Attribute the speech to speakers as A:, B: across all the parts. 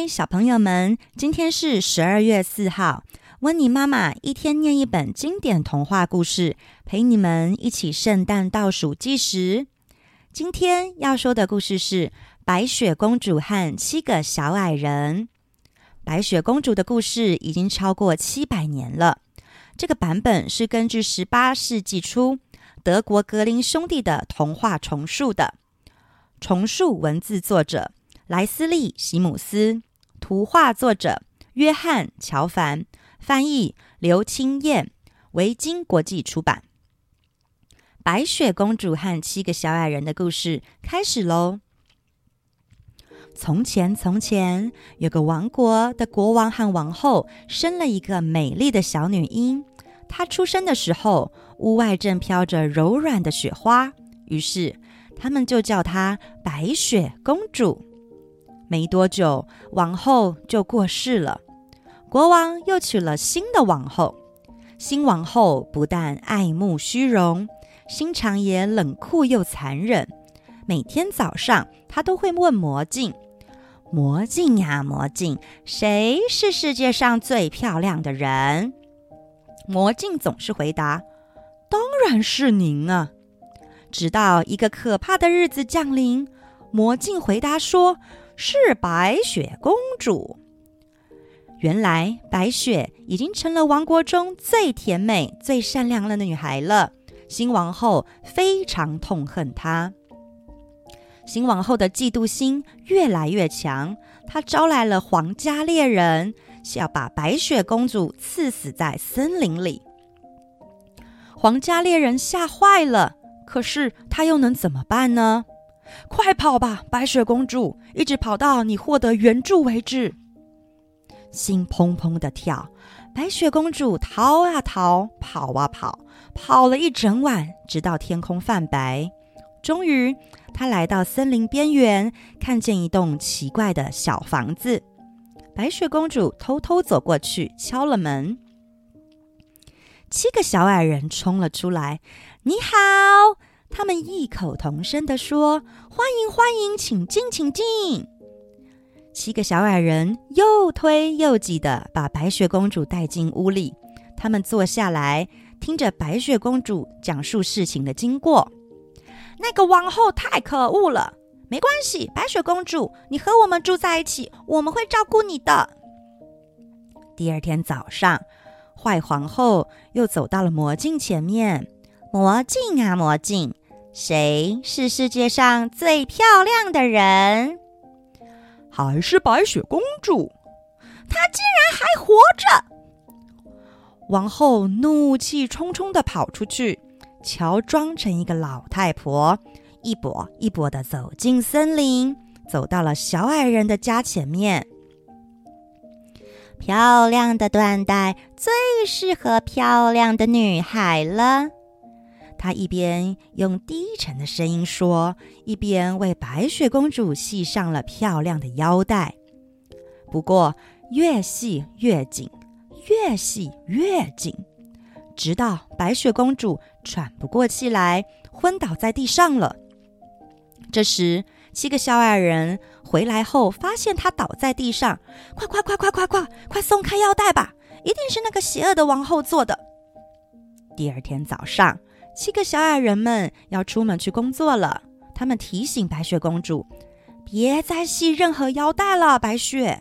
A: 小朋友们，今天是12月4号，温妮妈妈一天念一本经典童话故事，陪你们一起圣诞倒数计时。今天要说的故事是白雪公主和7个小矮人。白雪公主的故事已经超过700年了，这个版本是根据18世纪初德国格林兄弟的童话重述的。重述文字作者莱斯利·席姆斯，图画作者约翰·乔凡，翻译刘清燕，维京国际出版。白雪公主和7个小矮人的故事开始喽。从前，从前有个王国的国王和王后生了一个美丽的小女婴。她出生的时候，屋外正飘着柔软的雪花，于是他们就叫她白雪公主。没多久，王后就过世了，国王又娶了新的王后。新王后不但爱慕虚荣，心肠也冷酷又残忍。每天早上，她都会问魔镜：“魔镜呀，魔镜，谁是世界上最漂亮的人？”魔镜总是回答：“当然是您啊。”直到一个可怕的日子降临，魔镜回答说：“是白雪公主。”原来白雪已经成了王国中最甜美、最善良的女孩了。新王后非常痛恨她。新王后的嫉妒心越来越强，她招来了皇家猎人，要把白雪公主刺死在森林里。皇家猎人吓坏了，可是他又能怎么办呢？快跑吧，白雪公主，一直跑到你获得援助为止。心砰砰地跳，白雪公主逃啊逃，跑啊跑，跑了一整晚，直到天空泛白。终于，她来到森林边缘，看见一栋奇怪的小房子。白雪公主偷偷走过去，敲了门。7个小矮人冲了出来。“你好！”他们异口同声地说，“欢迎欢迎，请进请进。”7个小矮人又推又挤地把白雪公主带进屋里。他们坐下来，听着白雪公主讲述事情的经过。“那个王后太可恶了，没关系，白雪公主，你和我们住在一起，我们会照顾你的。”第二天早上，坏皇后又走到了魔镜前面。“魔镜啊魔镜，谁是世界上最漂亮的人？”“还是白雪公主。”“她竟然还活着！”王后怒气冲冲地跑出去，乔装成一个老太婆，一跛一跛地走进森林，走到了小矮人的家前面。“漂亮的缎带最适合漂亮的女孩了。”她一边用低沉的声音说，一边为白雪公主系上了漂亮的腰带。不过越系越紧，越系越紧，直到白雪公主喘不过气来，昏倒在地上了。这时7个小矮人回来后，发现她倒在地上。“快松开腰带吧，一定是那个邪恶的王后做的。”第二天早上，7个小矮人们要出门去工作了。他们提醒白雪公主：“别再系任何腰带了，白雪。”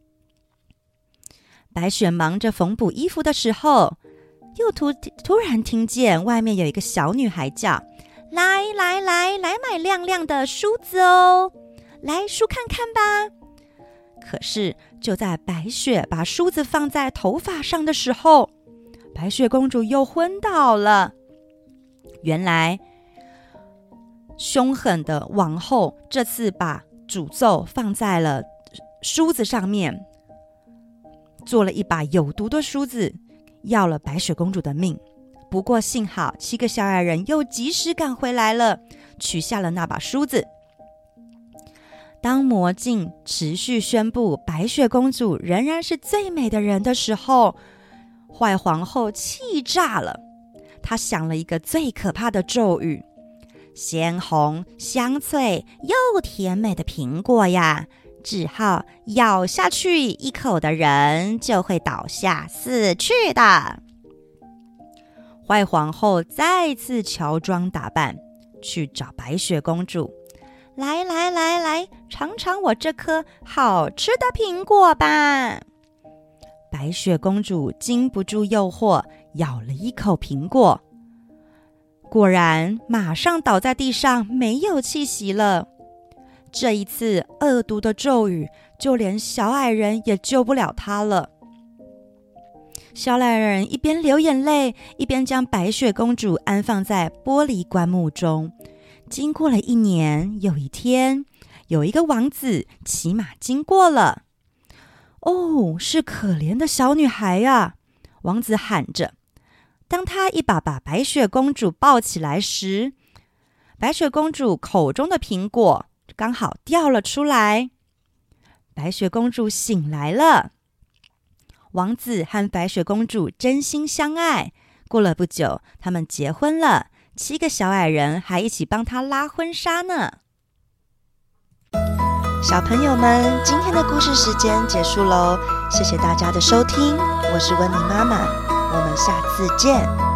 A: 白雪忙着缝补衣服的时候，又突然听见外面有一个小女孩叫：“来买亮亮的梳子哦，来梳看看吧。”可是就在白雪把梳子放在头发上的时候，白雪公主又昏倒了。原来凶狠的王后这次把诅咒放在了梳子上面，做了一把有毒的梳子，要了白雪公主的命。不过幸好7个小矮人又及时赶回来了，取下了那把梳子。当魔镜持续宣布白雪公主仍然是最美的人的时候，坏皇后气炸了。她想了一个最可怕的咒语：“鲜红、香脆又甜美的苹果呀， 只好咬下去一口的人就会倒下死去的。坏皇后再次乔装打扮，去找白雪公主。来，尝尝我这颗好吃的苹果吧。白雪公主经不住诱惑，咬了一口苹果，果然马上倒在地上，没有气息了。这一次恶毒的咒语，就连小矮人也救不了她了。小矮人一边流眼泪，一边将白雪公主安放在玻璃棺木中。经过了1年，有一天，有一个王子骑马经过了。哦，是可怜的小女孩啊！王子喊着。当他一把把白雪公主抱起来时，白雪公主口中的苹果刚好掉了出来。白雪公主醒来了。王子和白雪公主真心相爱，过了不久，他们结婚了。7个小矮人还一起帮他拉婚纱呢。小朋友们，今天的故事时间结束喽，谢谢大家的收听，我是温妮妈妈，我们下次见。